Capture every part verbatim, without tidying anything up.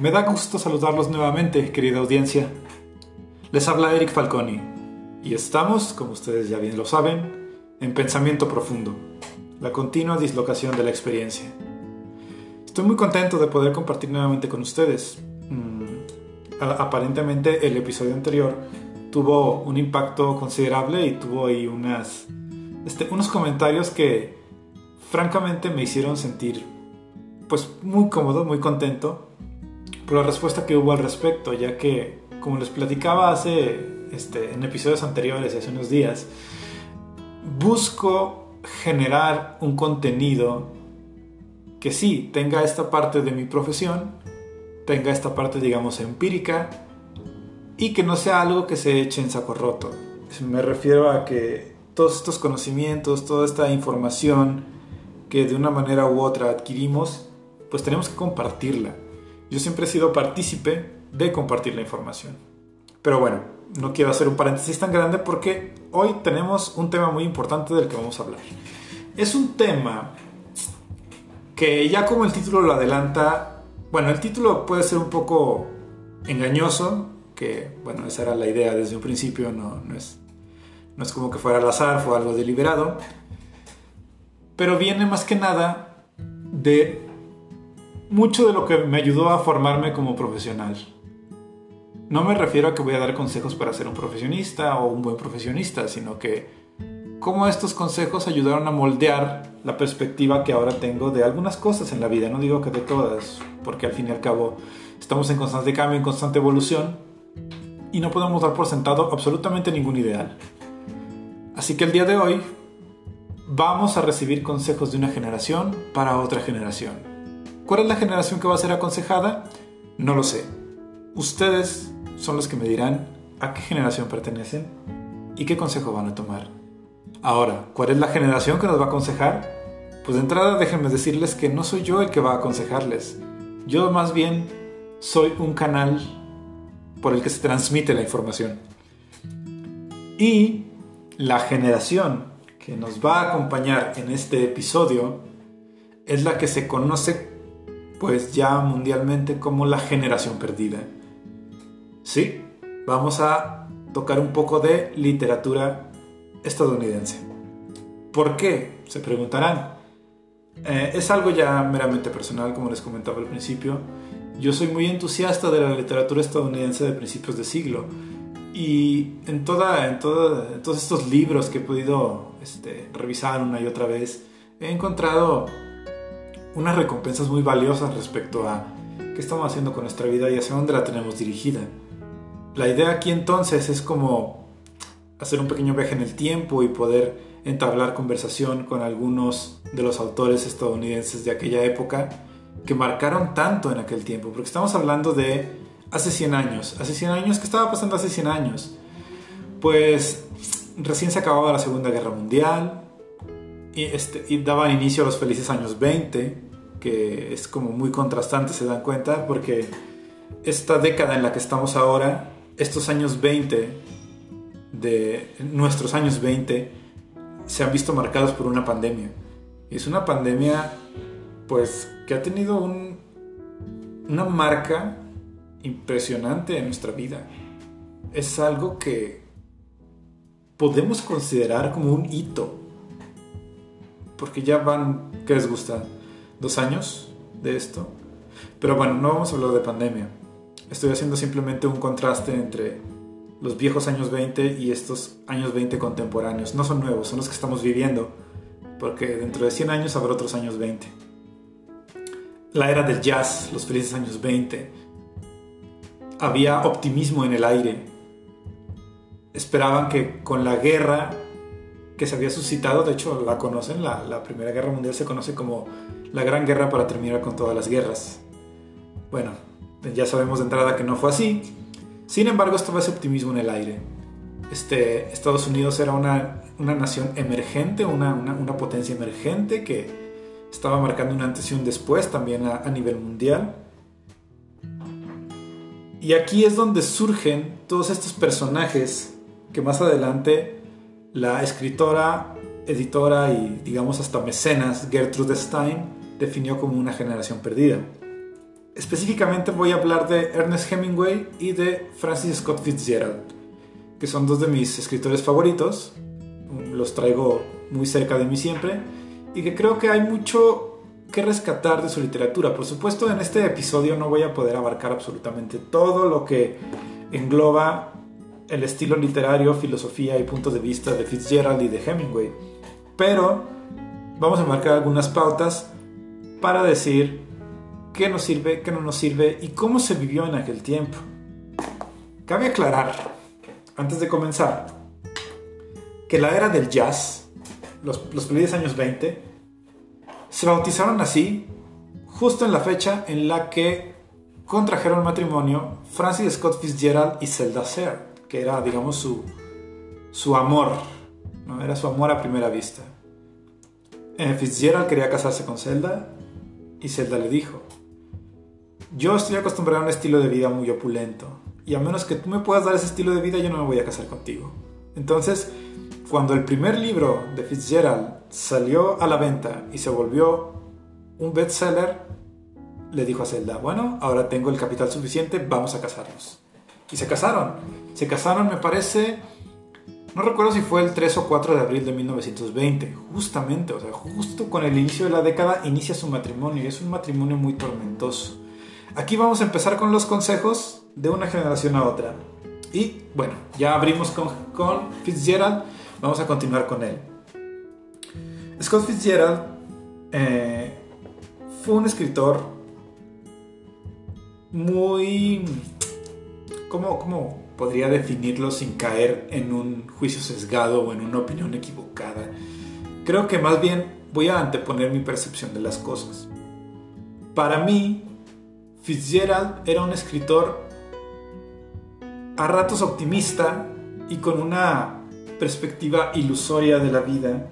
Me da gusto saludarlos nuevamente, querida audiencia. Les habla Eric Falconi y estamos, como ustedes ya bien lo saben, en Pensamiento Profundo, la continua dislocación de la experiencia. Estoy muy contento de poder compartir nuevamente con ustedes. Mm, aparentemente el episodio anterior tuvo un impacto considerable y tuvo ahí unas, este, unos comentarios que francamente me hicieron sentir pues muy cómodo, muy contento por la respuesta que hubo al respecto, ya que, como les platicaba hace, este, en episodios anteriores y hace unos días, busco generar un contenido que sí tenga esta parte de mi profesión, tenga esta parte, digamos, empírica, y que no sea algo que se eche en saco roto. Me refiero a que todos estos conocimientos, toda esta información que de una manera u otra adquirimos, pues tenemos que compartirla. Yo siempre he sido partícipe de compartir la información. Pero bueno, no quiero hacer un paréntesis tan grande porque hoy tenemos un tema muy importante del que vamos a hablar. Es un tema que ya como el título lo adelanta, bueno, el título puede ser un poco engañoso, que bueno, esa era la idea desde un principio, no, no, es, no es como que fuera al azar, fue algo deliberado, pero viene más que nada de mucho de lo que me ayudó a formarme como profesional. No me refiero a que voy a dar consejos para ser un profesionista o un buen profesionista, sino que cómo estos consejos ayudaron a moldear la perspectiva que ahora tengo de algunas cosas en la vida. No digo que de todas, porque al fin y al cabo estamos en constante cambio, en constante evolución, y no podemos dar por sentado absolutamente ningún ideal. Así que el día de hoy vamos a recibir consejos de una generación para otra generación. ¿Cuál es la generación que va a ser aconsejada? No lo sé. Ustedes son los que me dirán a qué generación pertenecen y qué consejo van a tomar. Ahora, ¿cuál es la generación que nos va a aconsejar? Pues de entrada déjenme decirles que no soy yo el que va a aconsejarles. Yo más bien soy un canal por el que se transmite la información. Y la generación que nos va a acompañar en este episodio es la que se conoce pues ya mundialmente como la generación perdida. Sí, vamos a tocar un poco de literatura estadounidense. ¿Por qué? Se preguntarán. Eh, es algo ya meramente personal, como les comentaba al principio. Yo soy muy entusiasta de la literatura estadounidense de principios de siglo. Y en, toda, en, toda, en todos estos libros que he podido este, revisar una y otra vez, he encontrado unas recompensas muy valiosas respecto a qué estamos haciendo con nuestra vida y hacia dónde la tenemos dirigida. La idea aquí entonces es como hacer un pequeño viaje en el tiempo y poder entablar conversación con algunos de los autores estadounidenses de aquella época que marcaron tanto en aquel tiempo, porque estamos hablando de hace cien años. Hace cien años, ¿qué estaba pasando hace cien años? Pues recién se acababa la Segunda Guerra Mundial, Y, este, y daban inicio a los felices años veinte, que es como muy contrastante, se dan cuenta, porque esta década en la que estamos ahora, estos años veinte, de nuestros años veinte, se han visto marcados por una pandemia. Y es una pandemia pues que ha tenido un, una marca impresionante en nuestra vida. Es algo que podemos considerar como un hito, porque ya van, ¿qué les gusta? ¿Dos años de esto? Pero bueno, no vamos a hablar de pandemia. Estoy haciendo simplemente un contraste entre los viejos años veinte y estos años veinte contemporáneos. No son nuevos, son los que estamos viviendo, porque dentro de cien años habrá otros años veinte. La era del jazz, los felices años veinte. Había optimismo en el aire. Esperaban que con la guerra que se había suscitado, de hecho la conocen, la, la Primera Guerra Mundial se conoce como la Gran Guerra para terminar con todas las guerras. Bueno, ya sabemos de entrada que no fue así. Sin embargo, estaba ese optimismo en el aire. Este, Estados Unidos era una, una nación emergente, una, una, una potencia emergente que estaba marcando un antes y un después también a, a nivel mundial. Y aquí es donde surgen todos estos personajes que más adelante la escritora, editora y digamos hasta mecenas Gertrude Stein definió como una generación perdida. Específicamente voy a hablar de Ernest Hemingway y de Francis Scott Fitzgerald, que son dos de mis escritores favoritos. Los traigo muy cerca de mí siempre y que creo que hay mucho que rescatar de su literatura. Por supuesto, en este episodio no voy a poder abarcar absolutamente todo lo que engloba el estilo literario, filosofía y puntos de vista de Fitzgerald y de Hemingway, pero vamos a marcar algunas pautas para decir qué nos sirve, qué no nos sirve y cómo se vivió en aquel tiempo. Cabe aclarar, antes de comenzar, que la era del jazz, los, los felices años veinte, se bautizaron así justo en la fecha en la que contrajeron matrimonio Francis Scott Fitzgerald y Zelda Serre, que era, digamos, su, su amor, ¿no? Era su amor a primera vista. Eh, Fitzgerald quería casarse con Zelda y Zelda le dijo: yo estoy acostumbrado a un estilo de vida muy opulento y a menos que tú me puedas dar ese estilo de vida yo no me voy a casar contigo. Entonces, cuando el primer libro de Fitzgerald salió a la venta y se volvió un bestseller, le dijo a Zelda: bueno, ahora tengo el capital suficiente, vamos a casarnos. Y se casaron. Se casaron, me parece, no recuerdo si fue el tres o cuatro de abril de mil novecientos veinte, justamente, o sea, justo con el inicio de la década inicia su matrimonio y es un matrimonio muy tormentoso. Aquí vamos a empezar con los consejos de una generación a otra. Y bueno, ya abrimos con, con Fitzgerald, vamos a continuar con él. Scott Fitzgerald eh, fue un escritor muy... ¿Cómo, ¿Cómo podría definirlo sin caer en un juicio sesgado o en una opinión equivocada? Creo que más bien voy a anteponer mi percepción de las cosas. Para mí, Fitzgerald era un escritor a ratos optimista y con una perspectiva ilusoria de la vida,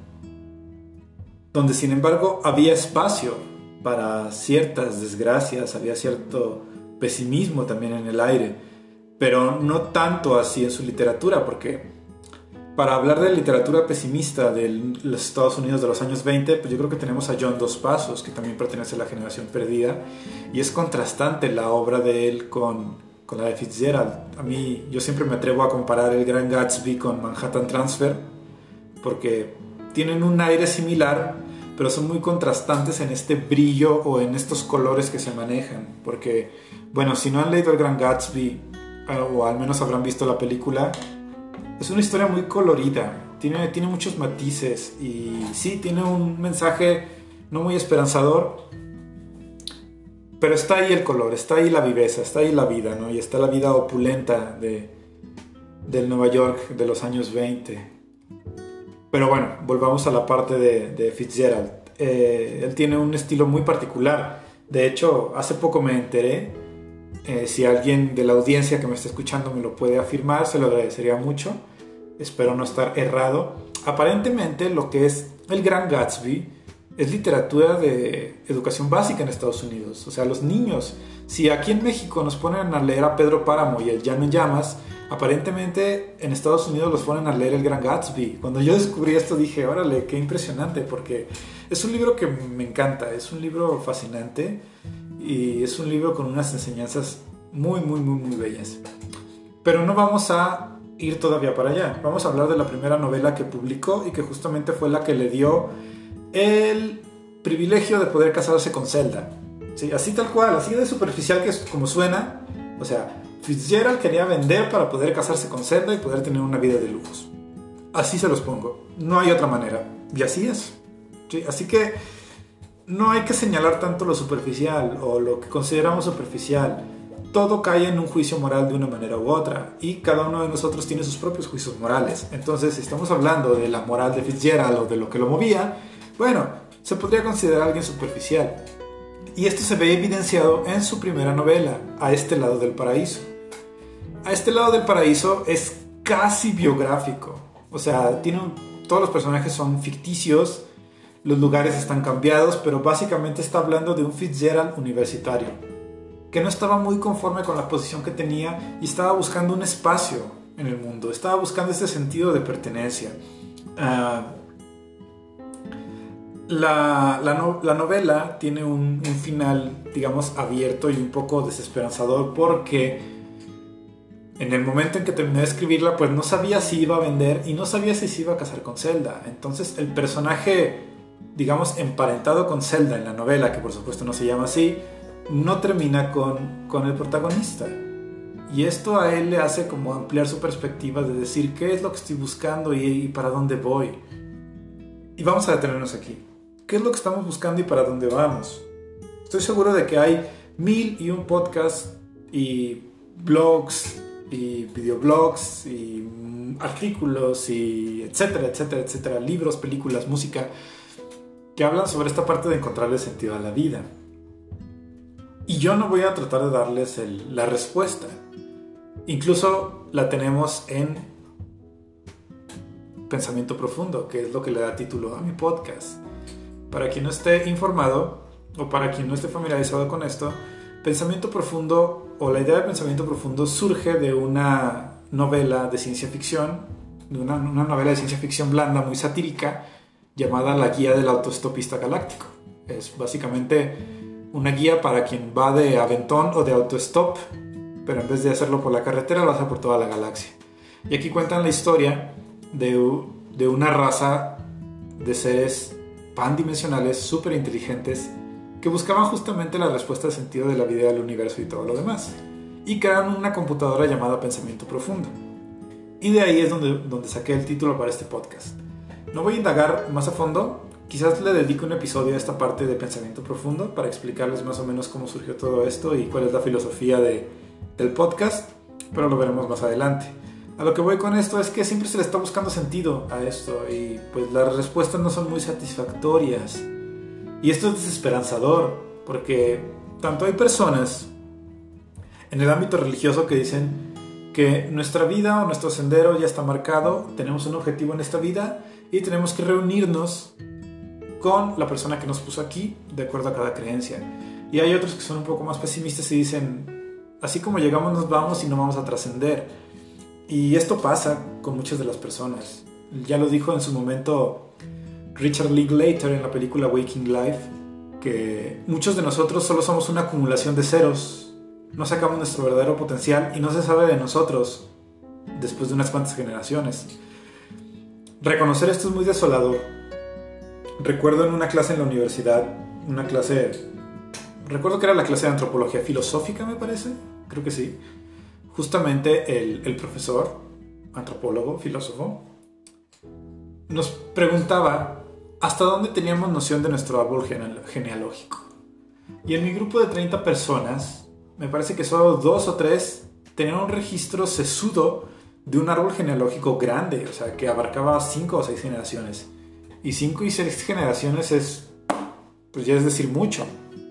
donde sin embargo había espacio para ciertas desgracias, había cierto pesimismo también en el aire, pero no tanto así en su literatura, porque para hablar de literatura pesimista de los Estados Unidos de los años veinte, pues yo creo que tenemos a John Dos Passos, que también pertenece a la generación perdida, y es contrastante la obra de él con, con la de Fitzgerald. A mí, yo siempre me atrevo a comparar El Gran Gatsby con Manhattan Transfer, porque tienen un aire similar, pero son muy contrastantes en este brillo o en estos colores que se manejan, porque, bueno, si no han leído El Gran Gatsby, o al menos habrán visto la película, es una historia muy colorida, tiene, tiene muchos matices y sí, tiene un mensaje no muy esperanzador, pero está ahí el color, está ahí la viveza, está ahí la vida, ¿no? Y está la vida opulenta de, del Nueva York de los años veinte. Pero bueno, volvamos a la parte de, de Fitzgerald. Eh, él tiene un estilo muy particular. De hecho, hace poco me enteré, eh, si alguien de la audiencia que me está escuchando me lo puede afirmar, se lo agradecería mucho. Espero no estar errado. Aparentemente lo que es El Gran Gatsby es literatura de educación básica en Estados Unidos. O sea, los niños, si aquí en México nos ponen a leer a Pedro Páramo y El Llano en Llamas, aparentemente en Estados Unidos los ponen a leer El Gran Gatsby. Cuando yo descubrí esto dije, órale, qué impresionante, porque es un libro que me encanta, es un libro fascinante y es un libro con unas enseñanzas muy, muy, muy, muy bellas. Pero no vamos a ir todavía para allá. Vamos a hablar de la primera novela que publicó y que justamente fue la que le dio el privilegio de poder casarse con Zelda. Sí, así tal cual, así de superficial que es como suena. O sea, Fitzgerald quería vender para poder casarse con Zelda y poder tener una vida de lujos. Así se los pongo. No hay otra manera. Y así es. Sí, así que no hay que señalar tanto lo superficial o lo que consideramos superficial. Todo cae en un juicio moral de una manera u otra y cada uno de nosotros tiene sus propios juicios morales. Entonces, si estamos hablando de la moral de Fitzgerald o de lo que lo movía, bueno, se podría considerar alguien superficial. Y esto se ve evidenciado en su primera novela, A este lado del paraíso. A este lado del paraíso es casi biográfico. O sea, tiene un, todos los personajes son ficticios, los lugares están cambiados, pero básicamente está hablando de un Fitzgerald universitario, que no estaba muy conforme con la posición que tenía y estaba buscando un espacio en el mundo, estaba buscando este sentido de pertenencia. Uh, La, la, no, la novela tiene un, un final, digamos, abierto y un poco desesperanzador porque en el momento en que terminé de escribirla, pues no sabía si iba a vender y no sabía si se iba a casar con Zelda. Entonces el personaje, digamos, emparentado con Zelda en la novela, que por supuesto no se llama así, no termina con, con el protagonista. Y esto a él le hace como ampliar su perspectiva de decir qué es lo que estoy buscando y, y para dónde voy. Y vamos a detenernos aquí. ¿Qué es lo que estamos buscando y para dónde vamos? Estoy seguro de que hay mil y un podcasts y blogs y videoblogs y artículos y etcétera, etcétera, etcétera, libros, películas, música, que hablan sobre esta parte de encontrarle sentido a la vida. Y yo no voy a tratar de darles el, la respuesta. Incluso la tenemos en Pensamiento Profundo, que es lo que le da título a mi podcast. Para quien no esté informado o para quien no esté familiarizado con esto, Pensamiento Profundo o la idea de Pensamiento Profundo surge de una novela de ciencia ficción, de una, una novela de ciencia ficción blanda, muy satírica, llamada La Guía del Autoestopista Galáctico. Es básicamente una guía para quien va de aventón o de autostop, pero en vez de hacerlo por la carretera lo hace por toda la galaxia. Y aquí cuentan la historia de, de una raza de seres pandimensionales súper inteligentes que buscaban justamente la respuesta de sentido de la vida, del universo y todo lo demás, y crearon una computadora llamada Pensamiento Profundo. Y de ahí es donde, donde saqué el título para este podcast. No voy a indagar más a fondo, quizás le dedique un episodio a esta parte de Pensamiento Profundo para explicarles más o menos cómo surgió todo esto y cuál es la filosofía de, del podcast, pero lo veremos más adelante. A lo que voy con esto es que siempre se le está buscando sentido a esto y pues las respuestas no son muy satisfactorias. Y esto es desesperanzador porque tanto hay personas en el ámbito religioso que dicen que nuestra vida o nuestro sendero ya está marcado, tenemos un objetivo en esta vida y tenemos que reunirnos con la persona que nos puso aquí de acuerdo a cada creencia. Y hay otros que son un poco más pesimistas y dicen, así como llegamos nos vamos y no vamos a trascender. Y esto pasa con muchas de las personas. Ya lo dijo en su momento Richard Linklater en la película Waking Life, que muchos de nosotros solo somos una acumulación de ceros. No sacamos nuestro verdadero potencial y no se sabe de nosotros después de unas cuantas generaciones. Reconocer esto es muy desolador. Recuerdo en una clase en la universidad, una clase, recuerdo que era la clase de antropología filosófica, me parece, creo que sí. Justamente el, el profesor, antropólogo, filósofo, nos preguntaba hasta dónde teníamos noción de nuestro árbol genealógico. Y en mi grupo de treinta personas, me parece que solo dos o tres tenían un registro sesudo de un árbol genealógico grande, o sea, que abarcaba cinco o seis generaciones. Y cinco y seis generaciones es, pues ya es decir mucho.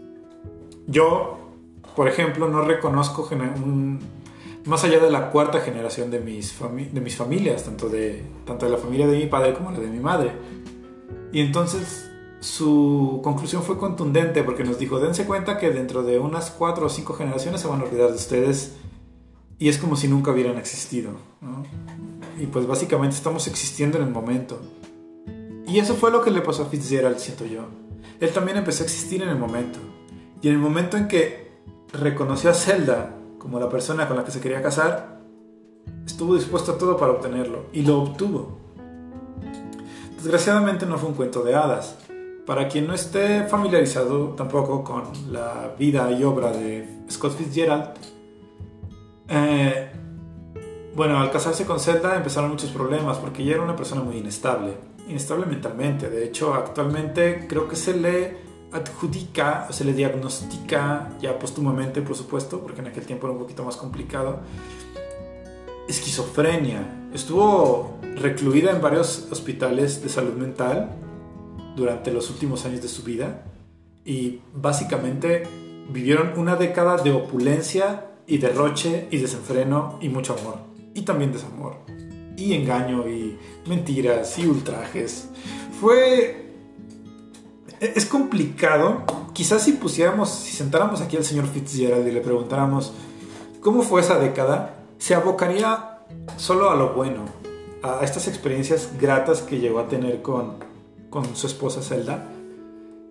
Yo, por ejemplo, no reconozco un, más allá de la cuarta generación de mis, fami- de mis familias, tanto de, tanto de la familia de mi padre como la de mi madre. Y entonces su conclusión fue contundente porque nos dijo, dense cuenta que dentro de unas cuatro o cinco generaciones se van a olvidar de ustedes y es como si nunca hubieran existido, ¿no? Y pues básicamente estamos existiendo en el momento. Y eso fue lo que le pasó a Fitzgerald, siento yo. Él también empezó a existir en el momento. Y en el momento en que reconoció a Zelda como la persona con la que se quería casar, estuvo dispuesto a todo para obtenerlo. Y lo obtuvo. Desgraciadamente no fue un cuento de hadas. Para quien no esté familiarizado tampoco con la vida y obra de Scott Fitzgerald, eh, bueno, al casarse con Zelda empezaron muchos problemas porque ella era una persona muy inestable, inestable mentalmente. De hecho, actualmente creo que se le adjudica o se le diagnostica, ya póstumamente por supuesto, porque en aquel tiempo era un poquito más complicado, esquizofrenia. Estuvo recluida en varios hospitales de salud mental durante los últimos años de su vida y básicamente vivieron una década de opulencia y derroche y desenfreno y mucho amor y también desamor y engaño y mentiras y ultrajes. Fue... es complicado. Quizás si pusiéramos, si sentáramos aquí al señor Fitzgerald y le preguntáramos cómo fue esa década, se abocaría solo a lo bueno, a estas experiencias gratas que llegó a tener con, con su esposa Zelda,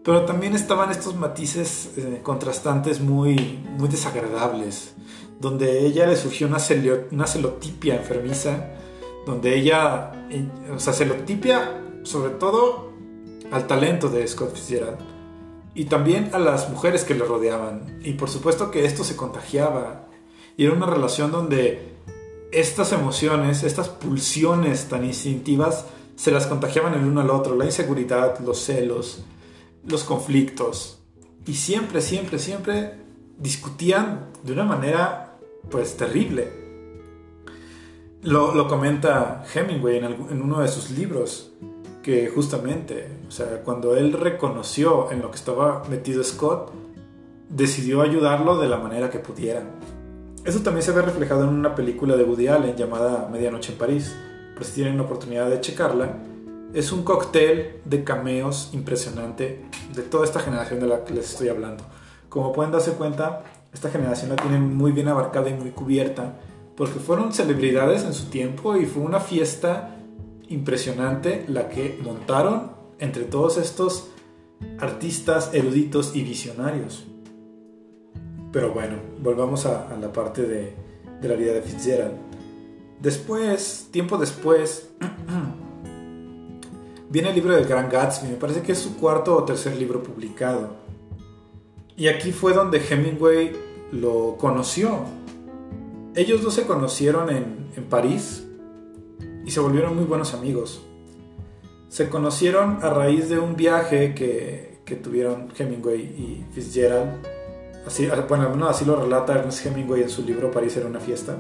Pero también estaban estos matices eh, contrastantes muy, muy desagradables, donde ella le surgió una, celio, una celotipia enfermiza, donde ella, eh, o sea, celotipia sobre todo al talento de Scott Fitzgerald y también a las mujeres que le rodeaban. Y por supuesto que esto se contagiaba. Y era una relación donde estas emociones, estas pulsiones tan instintivas, se las contagiaban el uno al otro. La inseguridad, los celos, los conflictos. Y siempre, siempre, siempre discutían de una manera, pues, terrible. Lo, lo comenta Hemingway en, el, en uno de sus libros, que justamente, o sea, cuando él reconoció en lo que estaba metido Scott, decidió ayudarlo de la manera que pudiera. Eso también se ve reflejado en una película de Woody Allen llamada Medianoche en París, por si tienen la oportunidad de checarla. Es un cóctel de cameos impresionante de toda esta generación de la que les estoy hablando. Como pueden darse cuenta, esta generación la tienen muy bien abarcada y muy cubierta, porque fueron celebridades en su tiempo y fue una fiesta impresionante la que montaron entre todos estos artistas eruditos y visionarios. Pero bueno, volvamos a, a la parte de, de la vida de Fitzgerald. Después, tiempo después, viene el libro del Gran Gatsby. Me parece que es su cuarto o tercer libro publicado. Y aquí fue donde Hemingway lo conoció. Ellos dos se conocieron en, en París y se volvieron muy buenos amigos. Se conocieron a raíz de un viaje que, que tuvieron Hemingway y Fitzgerald. Así, bueno, al menos así lo relata Ernest Hemingway en su libro París era una fiesta.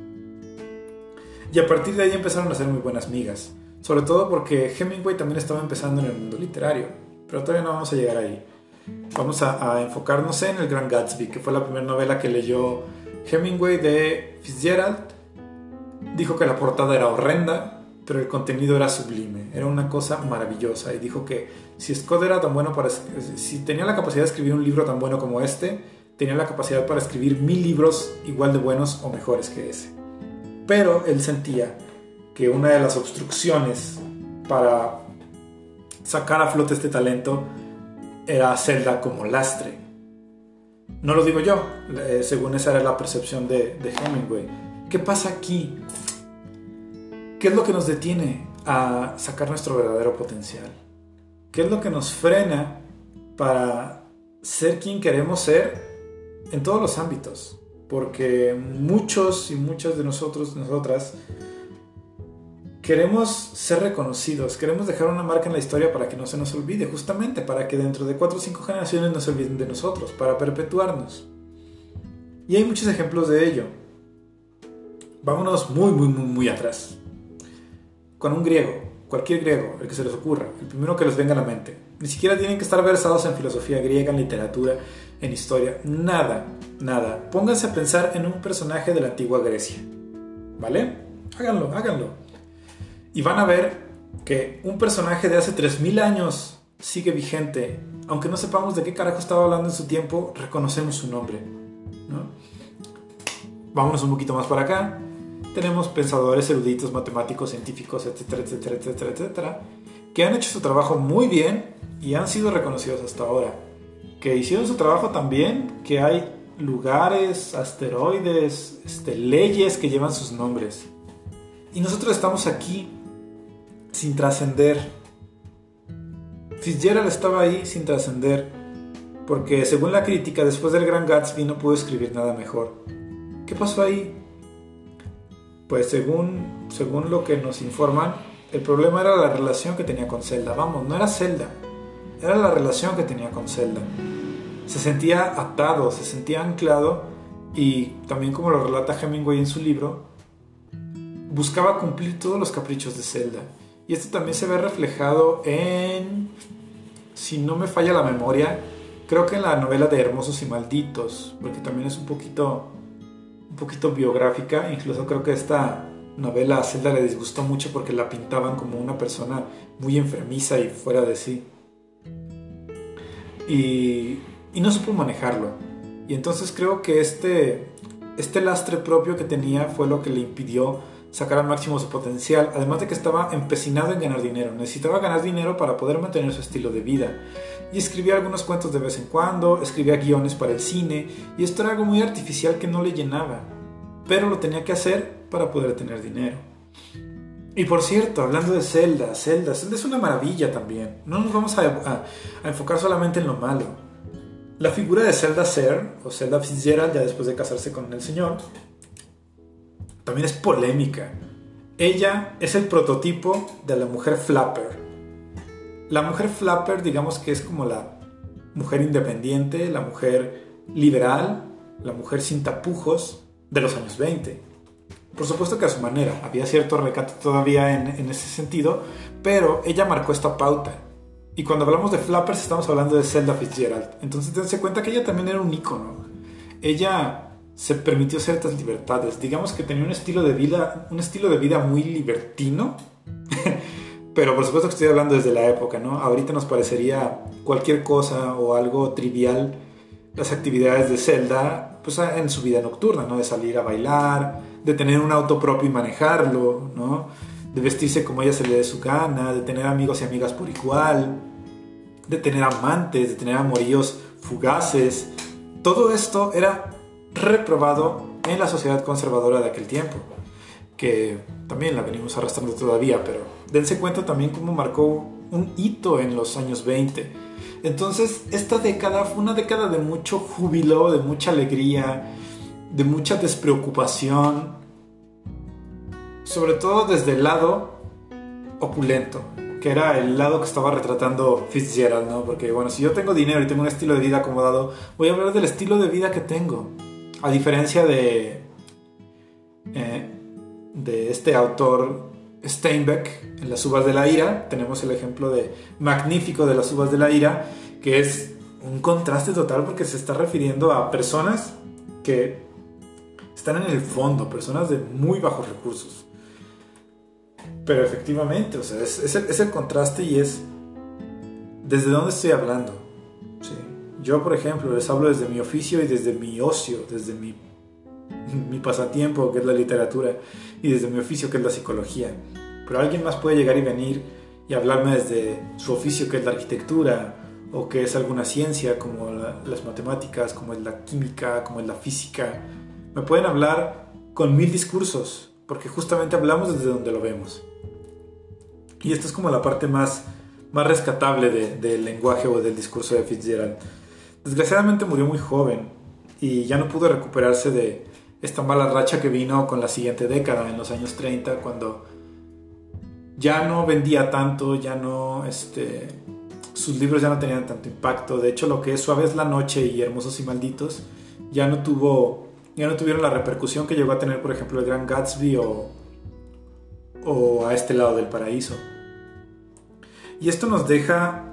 Y a partir de ahí empezaron a ser muy buenas migas. Sobre todo porque Hemingway también estaba empezando en el mundo literario. Pero todavía no vamos a llegar ahí. Vamos a, a enfocarnos en El Gran Gatsby, que fue la primera novela que leyó Hemingway de Fitzgerald. Dijo que la portada era horrenda, pero el contenido era sublime, era una cosa maravillosa. Y dijo que si Scott era tan bueno para, si tenía la capacidad de escribir un libro tan bueno como este, tenía la capacidad para escribir mil libros igual de buenos o mejores que ese. Pero él sentía que una de las obstrucciones para sacar a flote este talento era Zelda como lastre. No lo digo yo, eh, según esa era la percepción de, de Hemingway. ¿Qué pasa aquí? ¿Qué es lo que nos detiene a sacar nuestro verdadero potencial? ¿Qué es lo que nos frena para ser quien queremos ser en todos los ámbitos? Porque muchos y muchas de nosotros, nosotras, queremos ser reconocidos, queremos dejar una marca en la historia para que no se nos olvide, justamente para que dentro de cuatro o cinco generaciones no se olviden de nosotros, para perpetuarnos. Y hay muchos ejemplos de ello. Vámonos muy, muy, muy, muy atrás. Con un griego, cualquier griego, el que se les ocurra, el primero que les venga a la mente. Ni siquiera tienen que estar versados en filosofía griega, en literatura, en historia, nada, nada. Pónganse a pensar en un personaje de la antigua Grecia, ¿vale? Háganlo, háganlo. Y van a ver que un personaje de hace tres mil años sigue vigente. Aunque no sepamos de qué carajo estaba hablando en su tiempo, reconocemos su nombre, ¿no? Vámonos un poquito más para acá. Tenemos pensadores, eruditos, matemáticos, científicos, etcétera, etcétera, etcétera, etcétera, que han hecho su trabajo muy bien y han sido reconocidos hasta ahora. Que hicieron su trabajo tan bien que hay lugares, asteroides, este, leyes que llevan sus nombres. Y nosotros estamos aquí sin trascender. Fitzgerald estaba ahí sin trascender porque, según la crítica, después del Gran Gatsby no pudo escribir nada mejor. ¿Qué pasó ahí? Pues según, según lo que nos informan, el problema era la relación que tenía con Zelda. Vamos, no era Zelda, era la relación que tenía con Zelda. Se sentía atado, se sentía anclado y también, como lo relata Hemingway en su libro, buscaba cumplir todos los caprichos de Zelda. Y esto también se ve reflejado en, si no me falla la memoria, creo que en la novela de Hermosos y Malditos, porque también es un poquito... un poquito biográfica. Incluso creo que esta novela a Zelda le disgustó mucho porque la pintaban como una persona muy enfermiza y fuera de sí, y, y no supo manejarlo. Y entonces creo que este, este lastre propio que tenía fue lo que le impidió sacar al máximo su potencial, además de que estaba empecinado en ganar dinero. Necesitaba ganar dinero para poder mantener su estilo de vida. y escribía algunos cuentos de vez en cuando, escribía guiones para el cine, y esto era algo muy artificial que no le llenaba, pero lo tenía que hacer para poder tener dinero. Y por cierto, hablando de Zelda, Zelda, Zelda es una maravilla también. No nos vamos a, a, a enfocar solamente en lo malo. La figura de Zelda Ser, o Zelda Fitzgerald, ya después de casarse con el señor, también es polémica. Ella es el prototipo de la mujer flapper. La mujer flapper, digamos que es como la mujer independiente, la mujer liberal, la mujer sin tapujos de los años veinte. Por supuesto que a su manera, había cierto recato todavía en, en ese sentido, pero ella marcó esta pauta. Y cuando hablamos de flappers estamos hablando de Zelda Fitzgerald. Entonces dense cuenta que ella también era un ícono. Ella se permitió ciertas libertades. Digamos que tenía un estilo de vida, un estilo de vida muy libertino. Pero por supuesto que estoy hablando desde la época, ¿no? Ahorita nos parecería cualquier cosa o algo trivial las actividades de Zelda, pues en su vida nocturna, ¿no? De salir a bailar, de tener un auto propio y manejarlo, ¿no? De vestirse como ella se le dé su gana, de tener amigos y amigas por igual, de tener amantes, de tener amoríos fugaces. Todo esto era reprobado en la sociedad conservadora de aquel tiempo, que también la venimos arrastrando todavía, pero dense cuenta también cómo marcó un hito en los años veinte. Entonces, esta década fue una década de mucho júbilo, de mucha alegría, de mucha despreocupación, sobre todo desde el lado opulento, que era el lado que estaba retratando Fitzgerald, ¿no? Porque, bueno, si yo tengo dinero y tengo un estilo de vida acomodado, voy a hablar del estilo de vida que tengo. A diferencia de, eh, de este autor Steinbeck, en Las uvas de la ira, tenemos el ejemplo de magnífico de Las uvas de la ira, que es un contraste total porque se está refiriendo a personas que están en el fondo, personas de muy bajos recursos. Pero efectivamente, o sea, es, es, el, es el contraste y es desde dónde estoy hablando. ¿Sí? Yo, por ejemplo, les hablo desde mi oficio y desde mi ocio, desde mi, mi pasatiempo, que es la literatura, y desde mi oficio, que es la psicología. Pero alguien más puede llegar y venir y hablarme desde su oficio, que es la arquitectura, o que es alguna ciencia, como la, las matemáticas, como es la química, como es la física. Me pueden hablar con mil discursos, porque justamente hablamos desde donde lo vemos. Y esta es como la parte más, más rescatable de, del lenguaje o del discurso de Fitzgerald. Desgraciadamente murió muy joven y ya no pudo recuperarse de esta mala racha que vino con la siguiente década, en los años treinta, cuando ya no vendía tanto, ya no, este, sus libros ya no tenían tanto impacto. De hecho, lo que es Suave es la noche y Hermosos y malditos ya no tuvo, ya no tuvieron la repercusión que llegó a tener, por ejemplo, El Gran Gatsby o, o A este lado del paraíso. Y esto nos deja,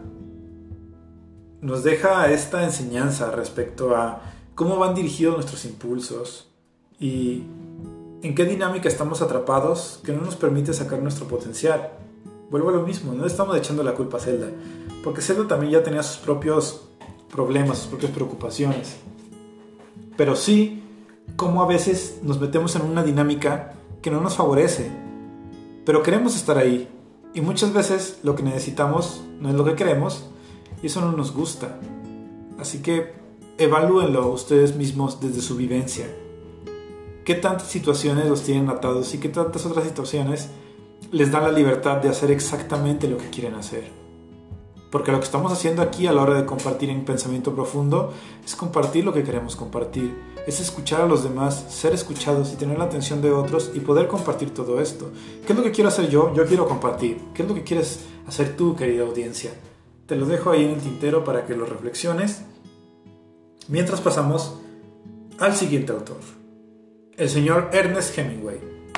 nos deja esta enseñanza respecto a cómo van dirigidos nuestros impulsos y en qué dinámica estamos atrapados que no nos permite sacar nuestro potencial. Vuelvo a lo mismo, no estamos echando la culpa a Zelda, porque Zelda también ya tenía sus propios problemas, sus propias preocupaciones. Pero sí, cómo a veces nos metemos en una dinámica que no nos favorece, pero queremos estar ahí. Y muchas veces lo que necesitamos no es lo que queremos y eso no nos gusta. Así que evalúenlo ustedes mismos desde su vivencia. ¿Qué tantas situaciones los tienen atados y qué tantas otras situaciones les dan la libertad de hacer exactamente lo que quieren hacer? Porque lo que estamos haciendo aquí a la hora de compartir en Pensamiento Profundo es compartir lo que queremos compartir. Es escuchar a los demás, ser escuchados y tener la atención de otros y poder compartir todo esto. ¿Qué es lo que quiero hacer yo? Yo quiero compartir. ¿Qué es lo que quieres hacer tú, querida audiencia? Te lo dejo ahí en el tintero para que lo reflexiones. Mientras pasamos al siguiente autor, el señor Ernest Hemingway.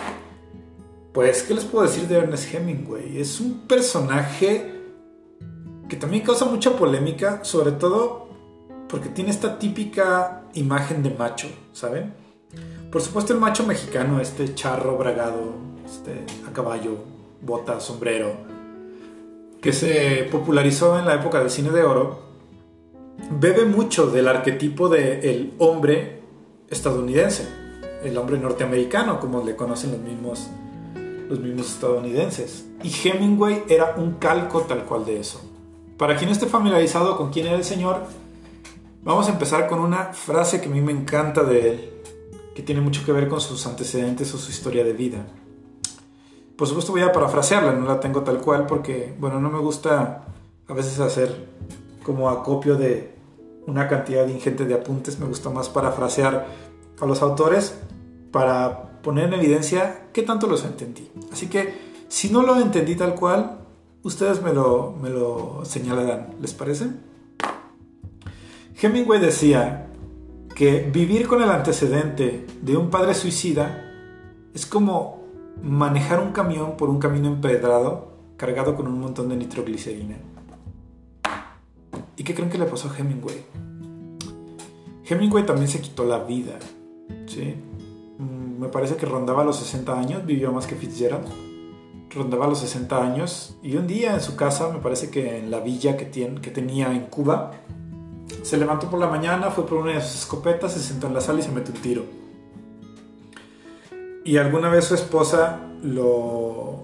Pues, ¿qué les puedo decir de Ernest Hemingway? Es un personaje que también causa mucha polémica, sobre todo porque tiene esta típica imagen de macho, ¿saben? Por supuesto el macho mexicano, este charro bragado, este, a caballo, bota, sombrero, que se popularizó en la época del cine de oro, bebe mucho del arquetipo del hombre estadounidense, el hombre norteamericano, como le conocen los mismos, los mismos estadounidenses. Y Hemingway era un calco tal cual de eso. Para quien no esté familiarizado con quién era el Señor, vamos a empezar con una frase que a mí me encanta de él, que tiene mucho que ver con sus antecedentes o su historia de vida. Por supuesto voy a parafrasearla, no la tengo tal cual porque, bueno, no me gusta a veces hacer como acopio de una cantidad ingente de apuntes. Me gusta más parafrasear a los autores para poner en evidencia qué tanto los entendí. Así que, si no lo entendí tal cual, ustedes me lo, me lo señalarán. ¿Les parece? Hemingway decía que vivir con el antecedente de un padre suicida es como manejar un camión por un camino empedrado cargado con un montón de nitroglicerina. ¿Y qué creen que le pasó a Hemingway? Hemingway también se quitó la vida, ¿sí? Me parece que rondaba los sesenta años, vivió más que Fitzgerald. Rondaba los sesenta años y un día en su casa, me parece que en la villa que, tiene, que tenía en Cuba, se levantó por la mañana, fue por una de sus escopetas, se sentó en la sala y se metió un tiro. Y alguna vez su esposa lo...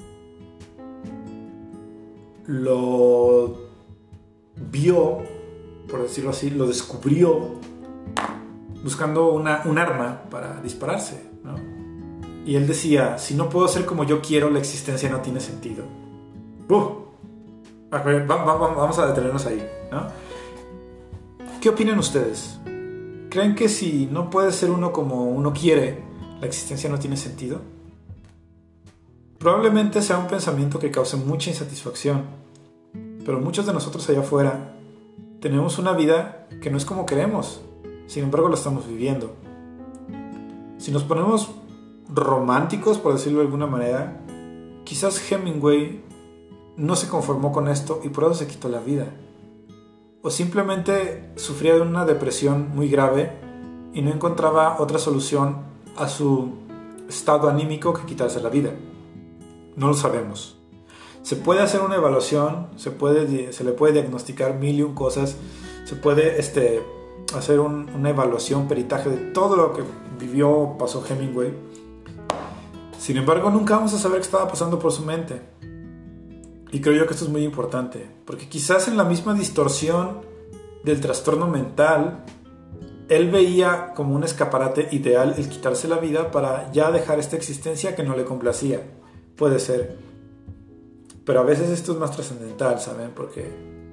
lo vio, por decirlo así, lo descubrió buscando una, un arma para dispararse, ¿no? Y él decía, si no puedo ser como yo quiero, la existencia no tiene sentido. Uh, vamos a detenernos ahí, ¿no? ¿Qué opinan ustedes? ¿Creen que si no puede ser uno como uno quiere, la existencia no tiene sentido? Probablemente sea un pensamiento que cause mucha insatisfacción, pero muchos de nosotros allá afuera tenemos una vida que no es como queremos, sin embargo la estamos viviendo. Si nos ponemos románticos, por decirlo de alguna manera, quizás Hemingway no se conformó con esto y por eso se quitó la vida. O simplemente sufría de una depresión muy grave y no encontraba otra solución a su estado anímico que quitarse la vida. No lo sabemos. Se puede hacer una evaluación, se, puede, se le puede diagnosticar mil y un cosas, se puede este, hacer un, una evaluación, peritaje de todo lo que vivió o pasó Hemingway. Sin embargo, nunca vamos a saber qué estaba pasando por su mente. Y creo yo que esto es muy importante, porque quizás en la misma distorsión del trastorno mental, él veía como un escaparate ideal el quitarse la vida para ya dejar esta existencia que no le complacía. Puede ser. Pero a veces esto es más trascendental, ¿saben? Porque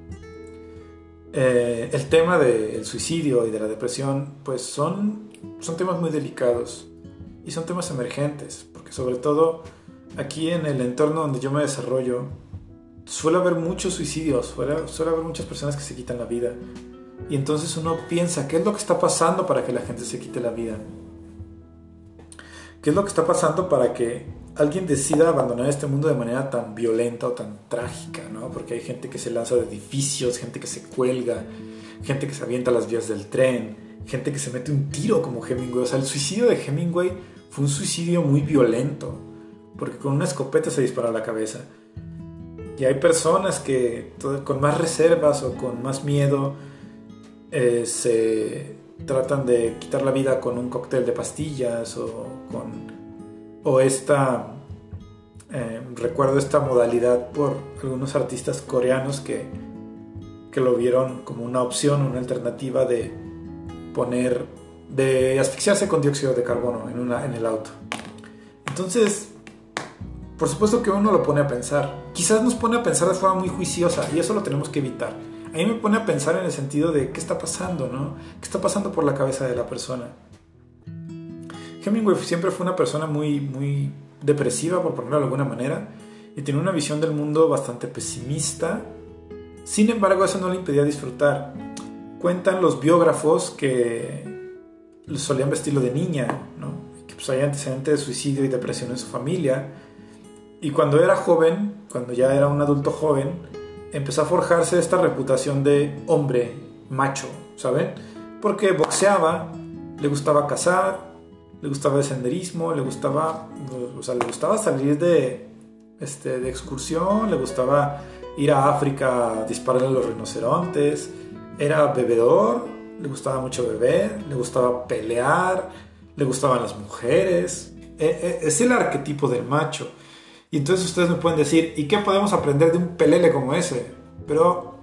eh, el tema del suicidio y de la depresión, pues son, son temas muy delicados y son temas emergentes, porque sobre todo aquí en el entorno donde yo me desarrollo, suele haber muchos suicidios, suele, suele haber muchas personas que se quitan la vida. Y entonces uno piensa, ¿qué es lo que está pasando para que la gente se quite la vida? ¿Qué es lo que está pasando para que alguien decida abandonar este mundo de manera tan violenta o tan trágica, ¿no? Porque hay gente que se lanza de edificios, gente que se cuelga, gente que se avienta a las vías del tren, gente que se mete un tiro como Hemingway. O sea, el suicidio de Hemingway fue un suicidio muy violento, porque con una escopeta se dispara a la cabeza. Y hay personas que con más reservas o con más miedo eh, se tratan de quitar la vida con un cóctel de pastillas o con o esta eh, recuerdo esta modalidad por algunos artistas coreanos que, que lo vieron como una opción, una alternativa de poner de asfixiarse con dióxido de carbono en, una, en el auto. Entonces, por supuesto que uno lo pone a pensar. Quizás nos pone a pensar de forma muy juiciosa y eso lo tenemos que evitar. A mí me pone a pensar en el sentido de qué está pasando, ¿no? ¿Qué está pasando por la cabeza de la persona? Hemingway siempre fue una persona muy, muy depresiva, por ponerlo de alguna manera, y tenía una visión del mundo bastante pesimista. Sin embargo, eso no le impedía disfrutar. Cuentan los biógrafos que solían vestirlo de niña, ¿no? Que pues, había antecedentes de suicidio y depresión en su familia. Y cuando era joven, cuando ya era un adulto joven, empezó a forjarse esta reputación de hombre macho, ¿saben? Porque boxeaba, le gustaba cazar, le gustaba el senderismo, le gustaba, o sea, le gustaba salir de, este, de excursión, le gustaba ir a África a dispararle a los rinocerontes, era bebedor, le gustaba mucho beber, le gustaba pelear, le gustaban las mujeres. Es el arquetipo del macho. Y entonces ustedes me pueden decir, ¿y qué podemos aprender de un pelele como ese? Pero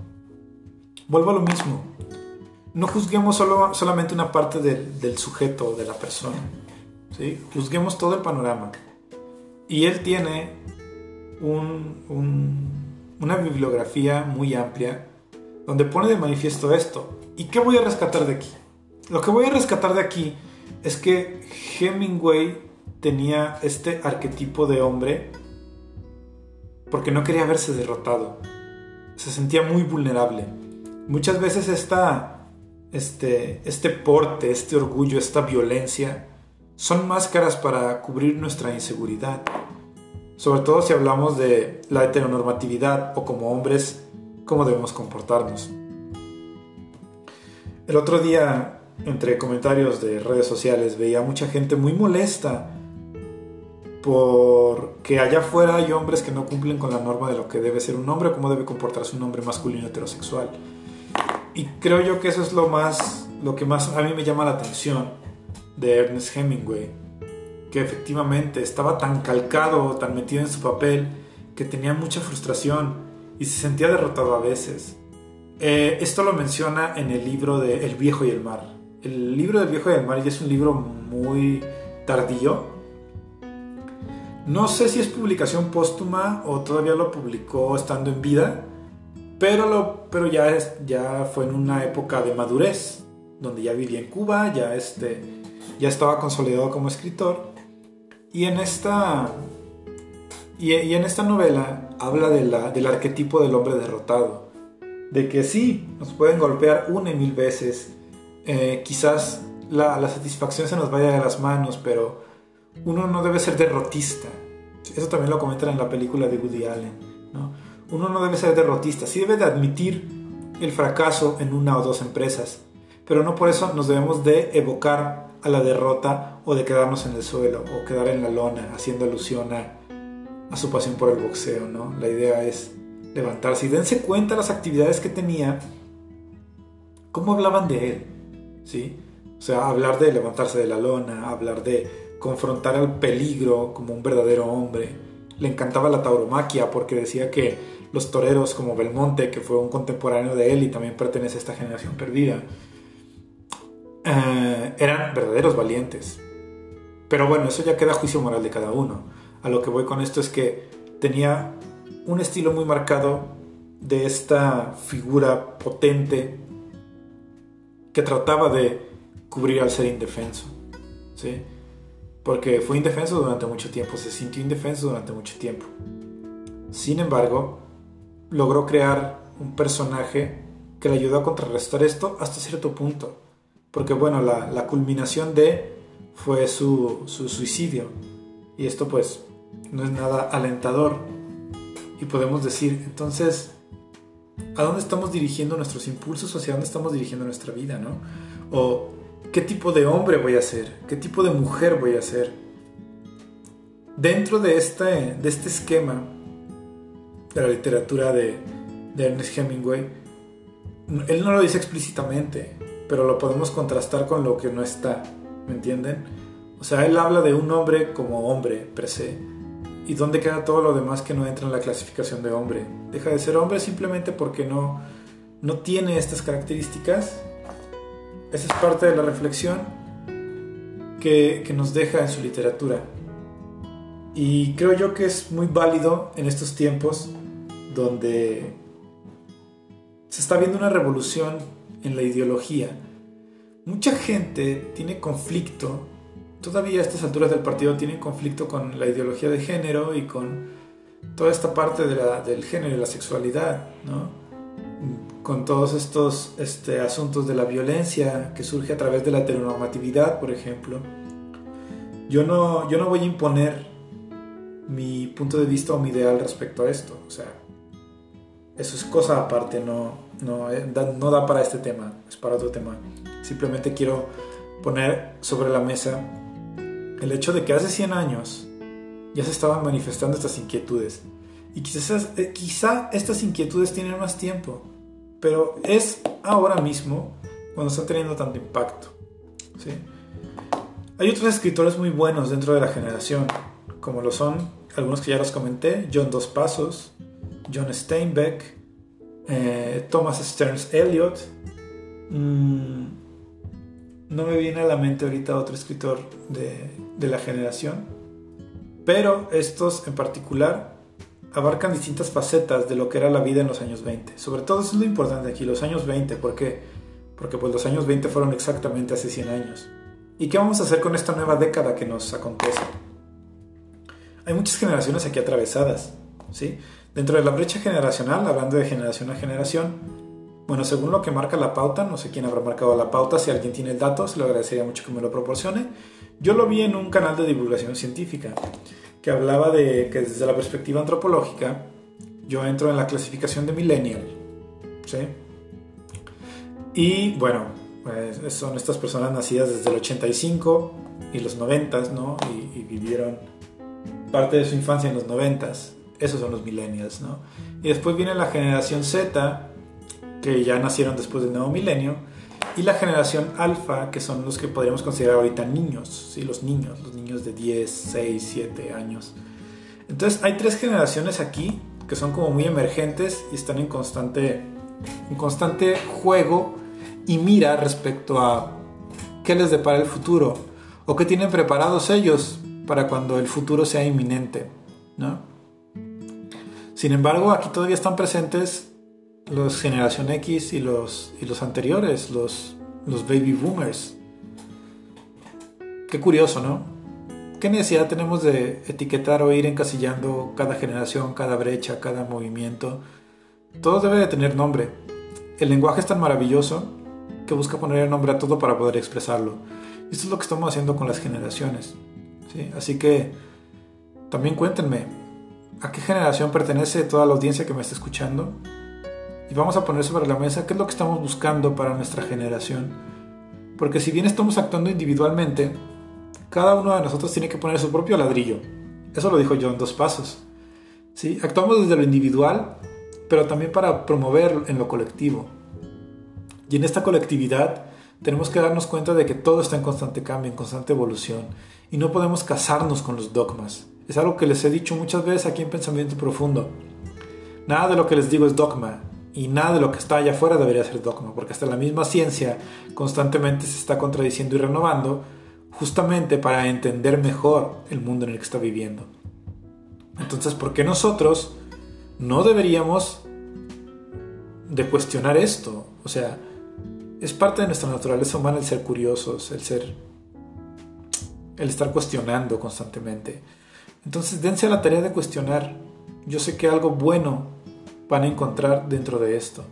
vuelvo a lo mismo. No juzguemos solo, solamente una parte del, del sujeto, de la persona, ¿sí? Juzguemos todo el panorama. Y él tiene un, un, una bibliografía muy amplia donde pone de manifiesto esto. ¿Y qué voy a rescatar de aquí? Lo que voy a rescatar de aquí es que Hemingway tenía este arquetipo de hombre porque no quería verse derrotado. Se sentía muy vulnerable. Muchas veces esta, este, este porte, este orgullo, esta violencia son máscaras para cubrir nuestra inseguridad. Sobre todo si hablamos de la heteronormatividad o como hombres, cómo debemos comportarnos. El otro día, entre comentarios de redes sociales, veía mucha gente muy molesta porque allá afuera hay hombres que no cumplen con la norma de lo que debe ser un hombre, cómo debe comportarse un hombre masculino heterosexual. Y creo yo que eso es lo más, lo que más a mí me llama la atención de Ernest Hemingway, que efectivamente estaba tan calcado, tan metido en su papel, que tenía mucha frustración y se sentía derrotado a veces. Eh, esto lo menciona en el libro de El viejo y el mar. El libro del viejo y el mar ya es un libro muy tardío. No sé si es publicación póstuma o todavía lo publicó estando en vida, pero, lo, pero ya, es, ya fue en una época de madurez, donde ya vivía en Cuba, ya, este, ya estaba consolidado como escritor. Y en esta, y, y en esta novela habla de la, del arquetipo del hombre derrotado. De que sí, nos pueden golpear una y mil veces. Eh, quizás la, la satisfacción se nos vaya de las manos, pero uno no debe ser derrotista. Eso también lo comentan en la película de Woody Allen, ¿no? Uno no debe ser derrotista. Sí debe de admitir el fracaso en una o dos empresas, pero no por eso nos debemos de evocar a la derrota o de quedarnos en el suelo o quedar en la lona haciendo alusión a, a su pasión por el boxeo, ¿no? La idea es levantarse y dense cuenta las actividades que tenía, cómo hablaban de él, ¿sí? O sea, hablar de levantarse de la lona, hablar de confrontar al peligro como un verdadero hombre. Le encantaba la tauromaquia porque decía que los toreros como Belmonte, que fue un contemporáneo de él y también pertenece a esta generación perdida, eh, eran verdaderos valientes. Pero bueno, eso ya queda a juicio moral de cada uno. A lo que voy con esto es que tenía un estilo muy marcado de esta figura potente que trataba de cubrir al ser indefenso, ¿sí? Porque fue indefenso durante mucho tiempo, se sintió indefenso durante mucho tiempo. Sin embargo, logró crear un personaje que le ayudó a contrarrestar esto hasta cierto punto. Porque bueno, la, la culminación de fue su, su suicidio. Y esto pues no es nada alentador. Y podemos decir, entonces, ¿a dónde estamos dirigiendo nuestros impulsos? ¿Hacia dónde estamos dirigiendo nuestra vida, no? O ¿qué tipo de hombre voy a ser? ¿Qué tipo de mujer voy a ser? Dentro de este, de este esquema de la literatura de, de Ernest Hemingway, él no lo dice explícitamente, pero lo podemos contrastar con lo que no está, ¿me entienden? O sea, él habla de un hombre como hombre, per se. ¿Y dónde queda todo lo demás que no entra en la clasificación de hombre? Deja de ser hombre simplemente porque no, no tiene estas características. Esa es parte de la reflexión que, que nos deja en su literatura. Y creo yo que es muy válido en estos tiempos donde se está viendo una revolución en la ideología. Mucha gente tiene conflicto, todavía a estas alturas del partido tienen conflicto con la ideología de género y con toda esta parte de la, del género y la sexualidad, ¿no? Con todos estos este, asuntos de la violencia que surge a través de la heteronormatividad, por ejemplo. Yo no, yo no voy a imponer mi punto de vista o mi ideal respecto a esto. O sea, eso es cosa aparte, no, no, no da para este tema, es para otro tema. Simplemente quiero poner sobre la mesa el hecho de que hace cien años ya se estaban manifestando estas inquietudes. Y quizás, quizá estas inquietudes tienen más tiempo, pero es ahora mismo cuando están teniendo tanto impacto, ¿sí? Hay otros escritores muy buenos dentro de la generación, como lo son algunos que ya los comenté: John Dos Passos, John Steinbeck, eh, Thomas Stearns Eliot. Mm, no me viene a la mente ahorita otro escritor de, de la generación, pero estos en particular abarcan distintas facetas de lo que era la vida en los años veinte. Sobre todo eso es lo importante aquí, los años veinte. ¿Por qué? Porque pues los años veinte fueron exactamente hace cien años. ¿Y qué vamos a hacer con esta nueva década que nos acontece? Hay muchas generaciones aquí atravesadas, ¿sí? Dentro de la brecha generacional, hablando de generación a generación, bueno, según lo que marca la pauta, no sé quién habrá marcado la pauta, si alguien tiene el dato, se lo agradecería mucho que me lo proporcione. Yo lo vi en un canal de divulgación científica, que hablaba de que desde la perspectiva antropológica, yo entro en la clasificación de millennial, ¿sí? Y bueno, pues son estas personas nacidas desde el ochenta y cinco y los noventa, ¿no? Y, y vivieron parte de su infancia en los noventa. Esos son los millennials, ¿no? Y después viene la generación Z, que ya nacieron después del nuevo milenio, y la generación alfa, que son los que podríamos considerar ahorita niños, ¿sí? Los niños, los niños de diez, seis, siete años. Entonces hay tres generaciones aquí que son como muy emergentes y están en constante, en constante juego y mira respecto a qué les depara el futuro o qué tienen preparados ellos para cuando el futuro sea inminente, ¿no? Sin embargo, aquí todavía están presentes los generación X y los, y los anteriores, los, los baby boomers. Qué curioso, ¿no? ¿Qué necesidad tenemos de etiquetar o ir encasillando cada generación, cada brecha, cada movimiento? Todo debe de tener nombre. El lenguaje es tan maravilloso que busca poner el nombre a todo para poder expresarlo. Y esto es lo que estamos haciendo con las generaciones, ¿sí? Así que también cuéntenme, ¿a qué generación pertenece toda la audiencia que me está escuchando? Y vamos a poner sobre la mesa qué es lo que estamos buscando para nuestra generación. Porque si bien estamos actuando individualmente, cada uno de nosotros tiene que poner su propio ladrillo. Eso lo dijo John Dos Pasos, ¿sí? Actuamos desde lo individual, pero también para promover en lo colectivo. Y en esta colectividad tenemos que darnos cuenta de que todo está en constante cambio, en constante evolución. Y no podemos casarnos con los dogmas. Es algo que les he dicho muchas veces aquí en Pensamiento Profundo. Nada de lo que les digo es dogma. Y nada de lo que está allá afuera debería ser dogma, porque hasta la misma ciencia constantemente se está contradiciendo y renovando, justamente para entender mejor el mundo en el que está viviendo. Entonces, ¿por qué nosotros no deberíamos de cuestionar esto? O sea, es parte de nuestra naturaleza humana el ser curiosos, el ser, el estar cuestionando constantemente. Entonces, dense a la tarea de cuestionar. Yo sé que algo bueno van a encontrar dentro de esto.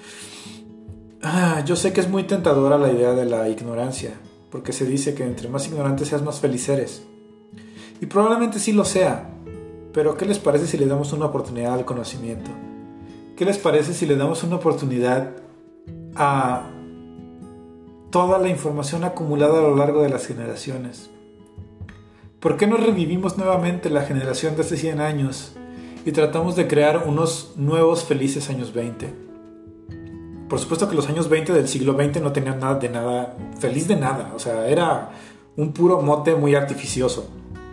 Ah, yo sé que es muy tentadora la idea de la ignorancia, porque se dice que entre más ignorante seas, más feliz eres. Y probablemente sí lo sea, pero ¿qué les parece si le damos una oportunidad al conocimiento? ¿Qué les parece si le damos una oportunidad a toda la información acumulada a lo largo de las generaciones? ¿Por qué no revivimos nuevamente la generación de hace cien años y tratamos de crear unos nuevos felices años veinte? Por supuesto que los años veinte del siglo veinte no tenían nada de nada, feliz de nada, o sea, era un puro mote muy artificioso.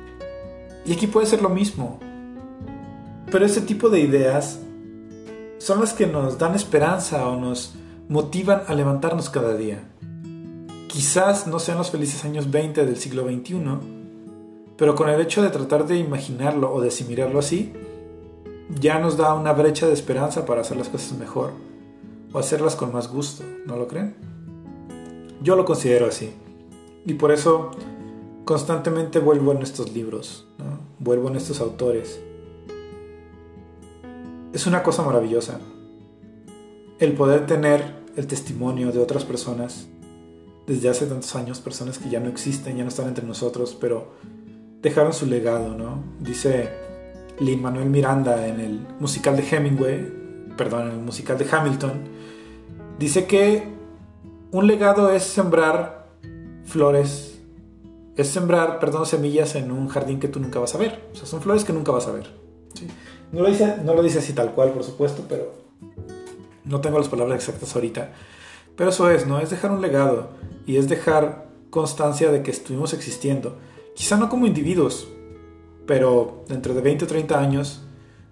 Y aquí puede ser lo mismo. Pero ese tipo de ideas son las que nos dan esperanza o nos motivan a levantarnos cada día. Quizás no sean los felices años veinte del siglo veintiuno, pero con el hecho de tratar de imaginarlo o de asimilarlo así, ya nos da una brecha de esperanza para hacer las cosas mejor o hacerlas con más gusto, ¿no lo creen? Yo lo considero así y por eso constantemente vuelvo en estos libros, ¿no? Vuelvo en estos autores. Es una cosa maravillosa el poder tener el testimonio de otras personas desde hace tantos años, personas que ya no existen, ya no están entre nosotros, pero dejaron su legado, ¿no? Dice Lin-Manuel Miranda en el musical de Hemingway, perdón, en el musical de Hamilton, dice que un legado es sembrar flores, es sembrar, perdón, semillas en un jardín que tú nunca vas a ver. O sea, son flores que nunca vas a ver, ¿sí? No lo dice, no lo dice así tal cual, por supuesto, pero no tengo las palabras exactas ahorita. Pero eso es, ¿no? Es dejar un legado y es dejar constancia de que estuvimos existiendo. Quizá no como individuos, pero dentro de veinte o treinta años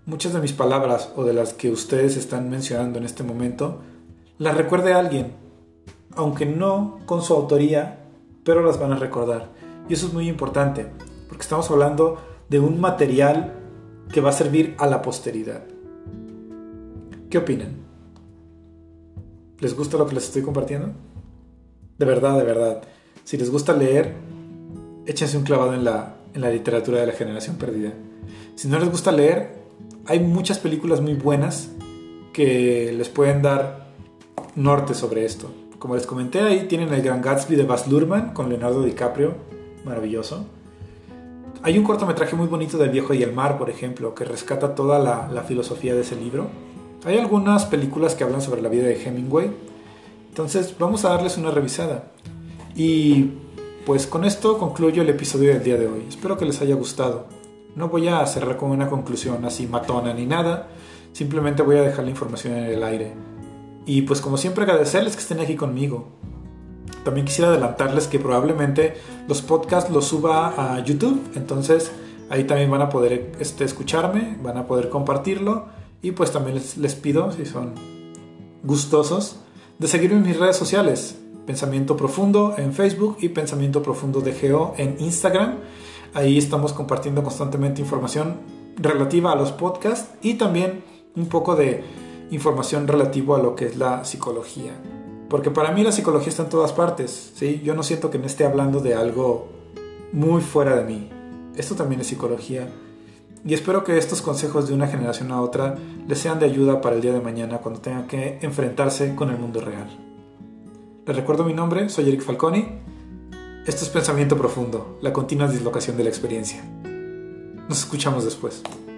muchas de mis palabras o de las que ustedes están mencionando en este momento, las recuerde a alguien, aunque no con su autoría, pero las van a recordar. Y eso es muy importante, porque estamos hablando de un material que va a servir a la posteridad. ¿Qué opinan? ¿Les gusta lo que les estoy compartiendo? De verdad, de verdad. Si les gusta leer, échense un clavado en la, en la literatura de la generación perdida. Si no les gusta leer, hay muchas películas muy buenas que les pueden dar norte sobre esto. Como les comenté, ahí tienen El Gran Gatsby de Baz Luhrmann con Leonardo DiCaprio, maravilloso. Hay un cortometraje muy bonito del Viejo y el Mar, por ejemplo, que rescata toda la, la filosofía de ese libro. Hay algunas películas que hablan sobre la vida de Hemingway. Entonces vamos a darles una revisada. Y pues con esto concluyo el episodio del día de hoy. Espero que les haya gustado. No voy a cerrar con una conclusión así matona ni nada. Simplemente voy a dejar la información en el aire. Y pues como siempre agradecerles que estén aquí conmigo. También quisiera adelantarles que probablemente los podcasts los suba a YouTube. Entonces ahí también van a poder este, escucharme, van a poder compartirlo. Y pues también les, les pido, si son gustosos, de seguirme en mis redes sociales. Pensamiento Profundo en Facebook y Pensamiento Profundo D G O en Instagram. Ahí estamos compartiendo constantemente información relativa a los podcasts y también un poco de información relativa a lo que es la psicología. Porque para mí la psicología está en todas partes, ¿sí? Yo no siento que me esté hablando de algo muy fuera de mí. Esto también es psicología. Y espero que estos consejos de una generación a otra les sean de ayuda para el día de mañana cuando tengan que enfrentarse con el mundo real. Les recuerdo mi nombre, soy Eric Falconi. Esto es Pensamiento Profundo, la continua dislocación de la experiencia. Nos escuchamos después.